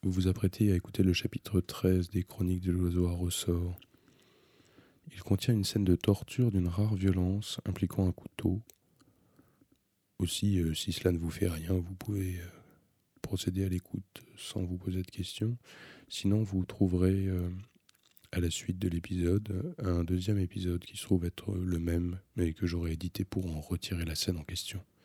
Vous vous apprêtez à écouter le chapitre 13 des Chroniques de l'oiseau à ressort. Il contient une scène de torture d'une rare violence impliquant un couteau. Aussi, si cela ne vous fait rien, vous pouvez procéder à l'écoute sans vous poser de questions. Sinon, vous trouverez à la suite de l'épisode un deuxième épisode qui se trouve être le même, mais que j'aurais édité pour en retirer la scène en question.